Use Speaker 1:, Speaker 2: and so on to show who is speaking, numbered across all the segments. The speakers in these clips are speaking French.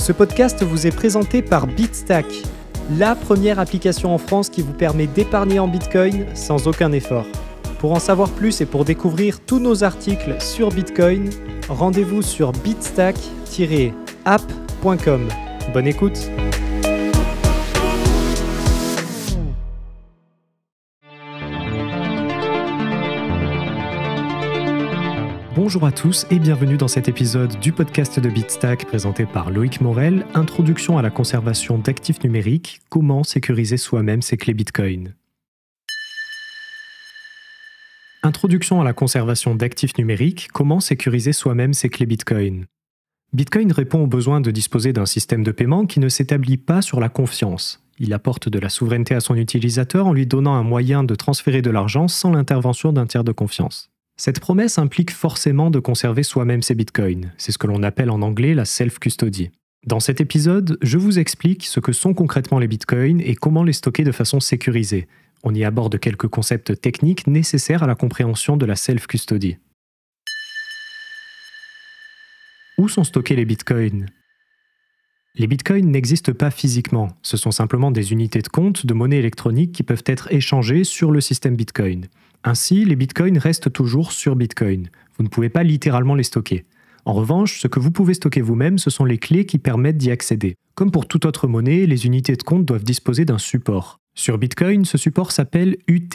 Speaker 1: Ce podcast vous est présenté par BitStack, la première application en France qui vous permet d'épargner en Bitcoin sans aucun effort. Pour en savoir plus et pour découvrir tous nos articles sur Bitcoin, rendez-vous sur bitstack-app.com. Bonne écoute. Bonjour à tous et bienvenue dans cet épisode du podcast de BitStack présenté par Loïc Morel, Introduction à la conservation d'actifs numériques, comment sécuriser soi-même ses clés Bitcoin. Introduction à la conservation d'actifs numériques, comment sécuriser soi-même ses clés Bitcoin. Bitcoin répond au besoin de disposer d'un système de paiement qui ne s'établit pas sur la confiance. Il apporte de la souveraineté à son utilisateur en lui donnant un moyen de transférer de l'argent sans l'intervention d'un tiers de confiance. Cette promesse implique forcément de conserver soi-même ses bitcoins. C'est ce que l'on appelle en anglais la self-custody. Dans cet épisode, je vous explique ce que sont concrètement les bitcoins et comment les stocker de façon sécurisée. On y aborde quelques concepts techniques nécessaires à la compréhension de la self-custody. Où sont stockés les bitcoins ? Les bitcoins n'existent pas physiquement. Ce sont simplement des unités de compte de monnaie électronique qui peuvent être échangées sur le système Bitcoin. Ainsi, les bitcoins restent toujours sur Bitcoin. Vous ne pouvez pas littéralement les stocker. En revanche, ce que vous pouvez stocker vous-même, ce sont les clés qui permettent d'y accéder. Comme pour toute autre monnaie, les unités de compte doivent disposer d'un support. Sur Bitcoin, ce support s'appelle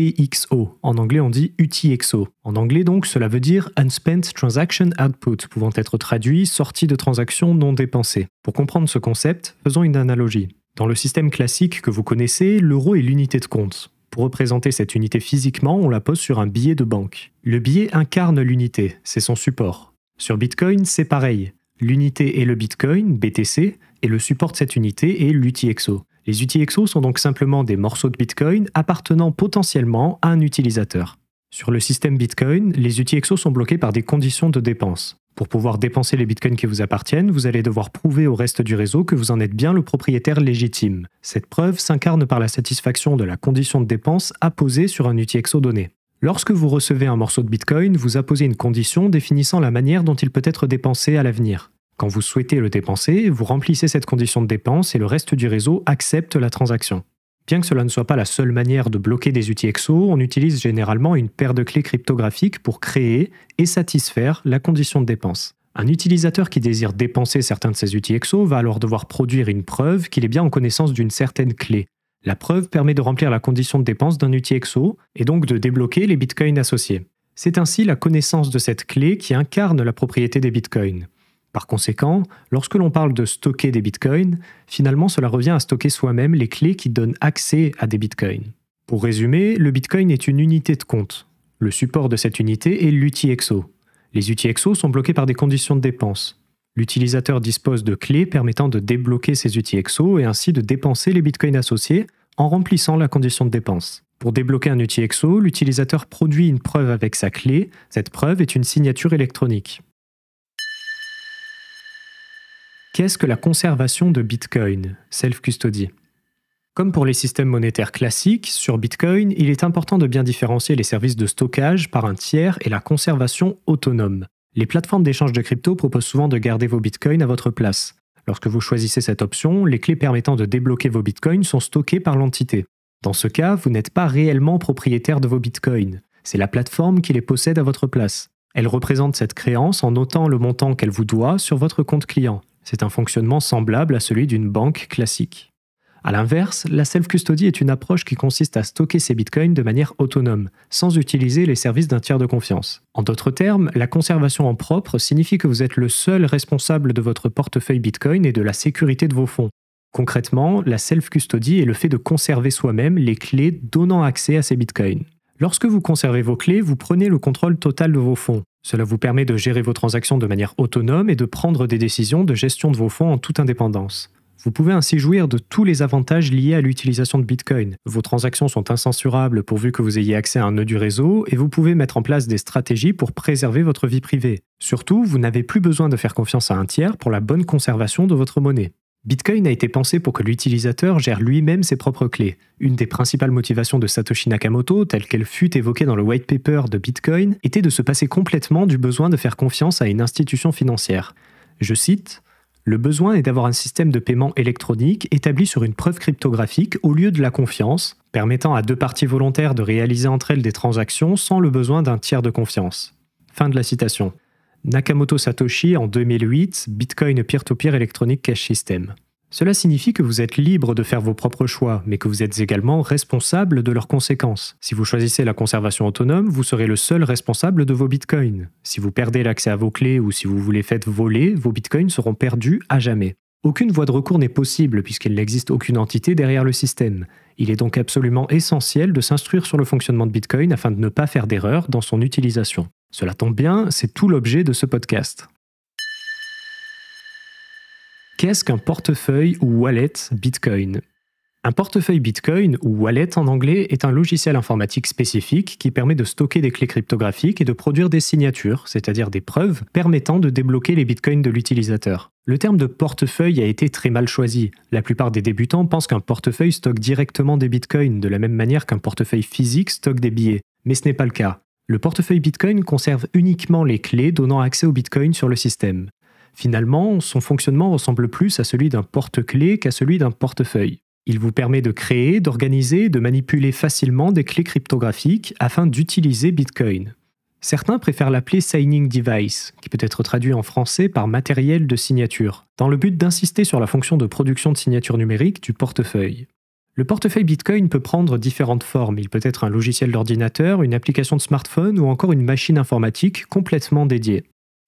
Speaker 1: UTXO. En anglais, on dit UTXO. En anglais, donc, cela veut dire Unspent Transaction Output, pouvant être traduit sortie de transactions non dépensées. Pour comprendre ce concept, faisons une analogie. Dans le système classique que vous connaissez, l'euro est l'unité de compte. Pour représenter cette unité physiquement, on la pose sur un billet de banque. Le billet incarne l'unité, c'est son support. Sur Bitcoin, c'est pareil. L'unité est le Bitcoin, BTC, et le support de cette unité est l'UTXO. Les UTXO sont donc simplement des morceaux de Bitcoin appartenant potentiellement à un utilisateur. Sur le système Bitcoin, les UTXO sont bloqués par des conditions de dépense. Pour pouvoir dépenser les bitcoins qui vous appartiennent, vous allez devoir prouver au reste du réseau que vous en êtes bien le propriétaire légitime. Cette preuve s'incarne par la satisfaction de la condition de dépense apposée sur un UTXO donné. Lorsque vous recevez un morceau de bitcoin, vous apposez une condition définissant la manière dont il peut être dépensé à l'avenir. Quand vous souhaitez le dépenser, vous remplissez cette condition de dépense et le reste du réseau accepte la transaction. Bien que cela ne soit pas la seule manière de bloquer des UTXO, on utilise généralement une paire de clés cryptographiques pour créer et satisfaire la condition de dépense. Un utilisateur qui désire dépenser certains de ces UTXO va alors devoir produire une preuve qu'il est bien en connaissance d'une certaine clé. La preuve permet de remplir la condition de dépense d'un UTXO et donc de débloquer les bitcoins associés. C'est ainsi la connaissance de cette clé qui incarne la propriété des bitcoins. Par conséquent, lorsque l'on parle de stocker des bitcoins, finalement cela revient à stocker soi-même les clés qui donnent accès à des bitcoins. Pour résumer, le bitcoin est une unité de compte. Le support de cette unité est l'UTXO. Les UTXO sont bloqués par des conditions de dépense. L'utilisateur dispose de clés permettant de débloquer ces UTXO et ainsi de dépenser les bitcoins associés en remplissant la condition de dépense. Pour débloquer un UTXO, l'utilisateur produit une preuve avec sa clé. Cette preuve est une signature électronique. Qu'est-ce que la conservation de Bitcoin, self-custody ? Comme pour les systèmes monétaires classiques, sur Bitcoin, il est important de bien différencier les services de stockage par un tiers et la conservation autonome. Les plateformes d'échange de crypto proposent souvent de garder vos bitcoins à votre place. Lorsque vous choisissez cette option, les clés permettant de débloquer vos bitcoins sont stockées par l'entité. Dans ce cas, vous n'êtes pas réellement propriétaire de vos bitcoins. C'est la plateforme qui les possède à votre place. Elle représente cette créance en notant le montant qu'elle vous doit sur votre compte client. C'est un fonctionnement semblable à celui d'une banque classique. A l'inverse, la self-custody est une approche qui consiste à stocker ses bitcoins de manière autonome, sans utiliser les services d'un tiers de confiance. En d'autres termes, la conservation en propre signifie que vous êtes le seul responsable de votre portefeuille bitcoin et de la sécurité de vos fonds. Concrètement, la self-custody est le fait de conserver soi-même les clés donnant accès à ces bitcoins. Lorsque vous conservez vos clés, vous prenez le contrôle total de vos fonds. Cela vous permet de gérer vos transactions de manière autonome et de prendre des décisions de gestion de vos fonds en toute indépendance. Vous pouvez ainsi jouir de tous les avantages liés à l'utilisation de Bitcoin. Vos transactions sont incensurables pourvu que vous ayez accès à un nœud du réseau et vous pouvez mettre en place des stratégies pour préserver votre vie privée. Surtout, vous n'avez plus besoin de faire confiance à un tiers pour la bonne conservation de votre monnaie. Bitcoin a été pensé pour que l'utilisateur gère lui-même ses propres clés. Une des principales motivations de Satoshi Nakamoto, telle qu'elle fut évoquée dans le white paper de Bitcoin, était de se passer complètement du besoin de faire confiance à une institution financière. Je cite : Le besoin est d'avoir un système de paiement électronique établi sur une preuve cryptographique au lieu de la confiance, permettant à deux parties volontaires de réaliser entre elles des transactions sans le besoin d'un tiers de confiance. Fin de la citation. Nakamoto Satoshi en 2008, Bitcoin Peer-to-Peer Electronic Cash System. Cela signifie que vous êtes libre de faire vos propres choix, mais que vous êtes également responsable de leurs conséquences. Si vous choisissez la conservation autonome, vous serez le seul responsable de vos bitcoins. Si vous perdez l'accès à vos clés ou si vous vous les faites voler, vos bitcoins seront perdus à jamais. Aucune voie de recours n'est possible puisqu'il n'existe aucune entité derrière le système. Il est donc absolument essentiel de s'instruire sur le fonctionnement de Bitcoin afin de ne pas faire d'erreur dans son utilisation. Cela tombe bien, c'est tout l'objet de ce podcast. Qu'est-ce qu'un portefeuille ou wallet Bitcoin ? Un portefeuille Bitcoin, ou wallet en anglais, est un logiciel informatique spécifique qui permet de stocker des clés cryptographiques et de produire des signatures, c'est-à-dire des preuves permettant de débloquer les bitcoins de l'utilisateur. Le terme de portefeuille a été très mal choisi. La plupart des débutants pensent qu'un portefeuille stocke directement des bitcoins, de la même manière qu'un portefeuille physique stocke des billets. Mais ce n'est pas le cas. Le portefeuille Bitcoin conserve uniquement les clés donnant accès aux bitcoins sur le système. Finalement, son fonctionnement ressemble plus à celui d'un porte-clés qu'à celui d'un portefeuille. Il vous permet de créer, d'organiser, de manipuler facilement des clés cryptographiques afin d'utiliser Bitcoin. Certains préfèrent l'appeler Signing Device, qui peut être traduit en français par matériel de signature, dans le but d'insister sur la fonction de production de signature numérique du portefeuille. Le portefeuille Bitcoin peut prendre différentes formes. Il peut être un logiciel d'ordinateur, une application de smartphone ou encore une machine informatique complètement dédiée.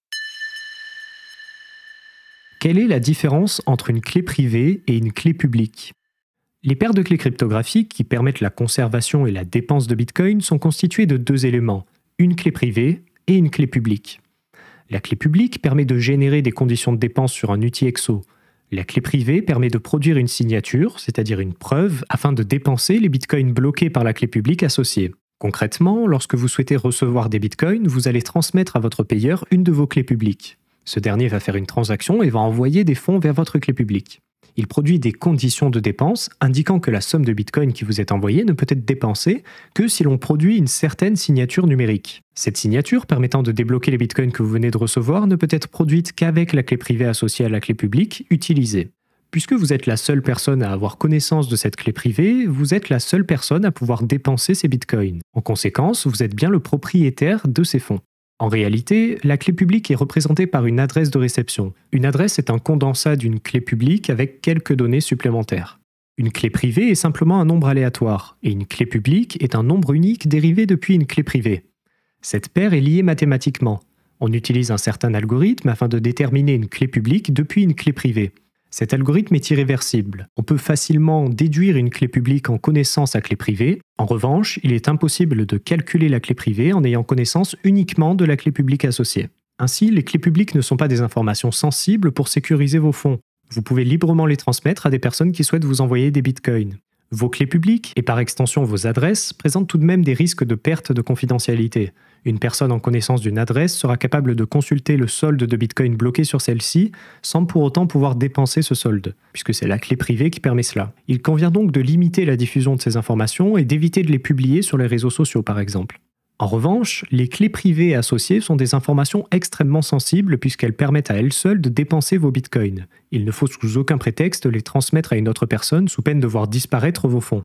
Speaker 1: Quelle est la différence entre une clé privée et une clé publique ? Les paires de clés cryptographiques qui permettent la conservation et la dépense de Bitcoin sont constituées de deux éléments, une clé privée et une clé publique. La clé publique permet de générer des conditions de dépense sur un UTXO. La clé privée permet de produire une signature, c'est-à-dire une preuve, afin de dépenser les bitcoins bloqués par la clé publique associée. Concrètement, lorsque vous souhaitez recevoir des bitcoins, vous allez transmettre à votre payeur une de vos clés publiques. Ce dernier va faire une transaction et va envoyer des fonds vers votre clé publique. Il produit des conditions de dépense indiquant que la somme de bitcoin qui vous est envoyée ne peut être dépensée que si l'on produit une certaine signature numérique. Cette signature permettant de débloquer les bitcoins que vous venez de recevoir ne peut être produite qu'avec la clé privée associée à la clé publique utilisée. Puisque vous êtes la seule personne à avoir connaissance de cette clé privée, vous êtes la seule personne à pouvoir dépenser ces bitcoins. En conséquence, vous êtes bien le propriétaire de ces fonds. En réalité, la clé publique est représentée par une adresse de réception. Une adresse est un condensat d'une clé publique avec quelques données supplémentaires. Une clé privée est simplement un nombre aléatoire, et une clé publique est un nombre unique dérivé depuis une clé privée. Cette paire est liée mathématiquement. On utilise un certain algorithme afin de déterminer une clé publique depuis une clé privée. Cet algorithme est irréversible. On peut facilement déduire une clé publique en connaissant sa clé privée. En revanche, il est impossible de calculer la clé privée en ayant connaissance uniquement de la clé publique associée. Ainsi, les clés publiques ne sont pas des informations sensibles pour sécuriser vos fonds. Vous pouvez librement les transmettre à des personnes qui souhaitent vous envoyer des bitcoins. Vos clés publiques, et par extension vos adresses, présentent tout de même des risques de perte de confidentialité. Une personne en connaissance d'une adresse sera capable de consulter le solde de Bitcoin bloqué sur celle-ci sans pour autant pouvoir dépenser ce solde, puisque c'est la clé privée qui permet cela. Il convient donc de limiter la diffusion de ces informations et d'éviter de les publier sur les réseaux sociaux par exemple. En revanche, les clés privées associées sont des informations extrêmement sensibles puisqu'elles permettent à elles seules de dépenser vos bitcoins. Il ne faut sous aucun prétexte les transmettre à une autre personne sous peine de voir disparaître vos fonds.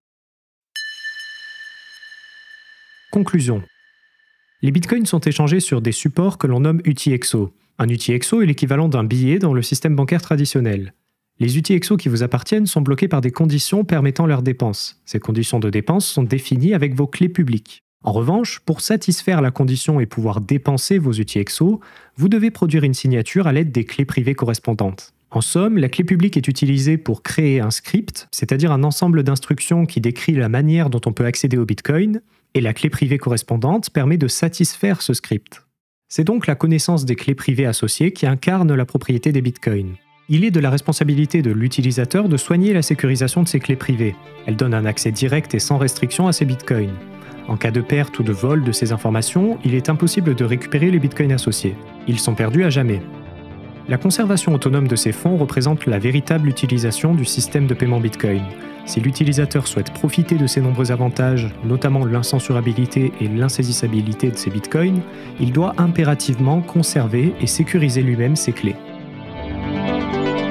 Speaker 1: Conclusion. Les bitcoins sont échangés sur des supports que l'on nomme UTXO. Un UTXO est l'équivalent d'un billet dans le système bancaire traditionnel. Les UTXO qui vous appartiennent sont bloqués par des conditions permettant leur dépense. Ces conditions de dépense sont définies avec vos clés publiques. En revanche, pour satisfaire la condition et pouvoir dépenser vos UTXO, vous devez produire une signature à l'aide des clés privées correspondantes. En somme, la clé publique est utilisée pour créer un script, c'est-à-dire un ensemble d'instructions qui décrit la manière dont on peut accéder au Bitcoin, et la clé privée correspondante permet de satisfaire ce script. C'est donc la connaissance des clés privées associées qui incarne la propriété des Bitcoins. Il est de la responsabilité de l'utilisateur de soigner la sécurisation de ces clés privées. Elles donnent un accès direct et sans restriction à ces Bitcoins. En cas de perte ou de vol de ces informations, il est impossible de récupérer les bitcoins associés. Ils sont perdus à jamais. La conservation autonome de ces fonds représente la véritable utilisation du système de paiement Bitcoin. Si l'utilisateur souhaite profiter de ces nombreux avantages, notamment l'incensurabilité et l'insaisissabilité de ces bitcoins, il doit impérativement conserver et sécuriser lui-même ses clés.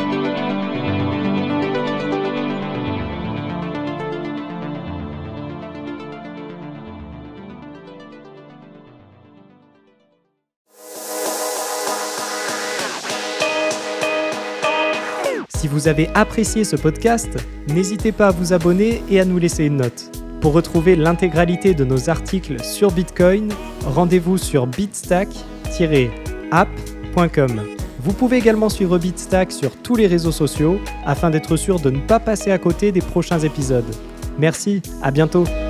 Speaker 1: vous avez apprécié ce podcast, n'hésitez pas à vous abonner et à nous laisser une note. Pour retrouver l'intégralité de nos articles sur Bitcoin, rendez-vous sur bitstack-app.com. Vous pouvez également suivre Bitstack sur tous les réseaux sociaux afin d'être sûr de ne pas passer à côté des prochains épisodes. Merci, à bientôt.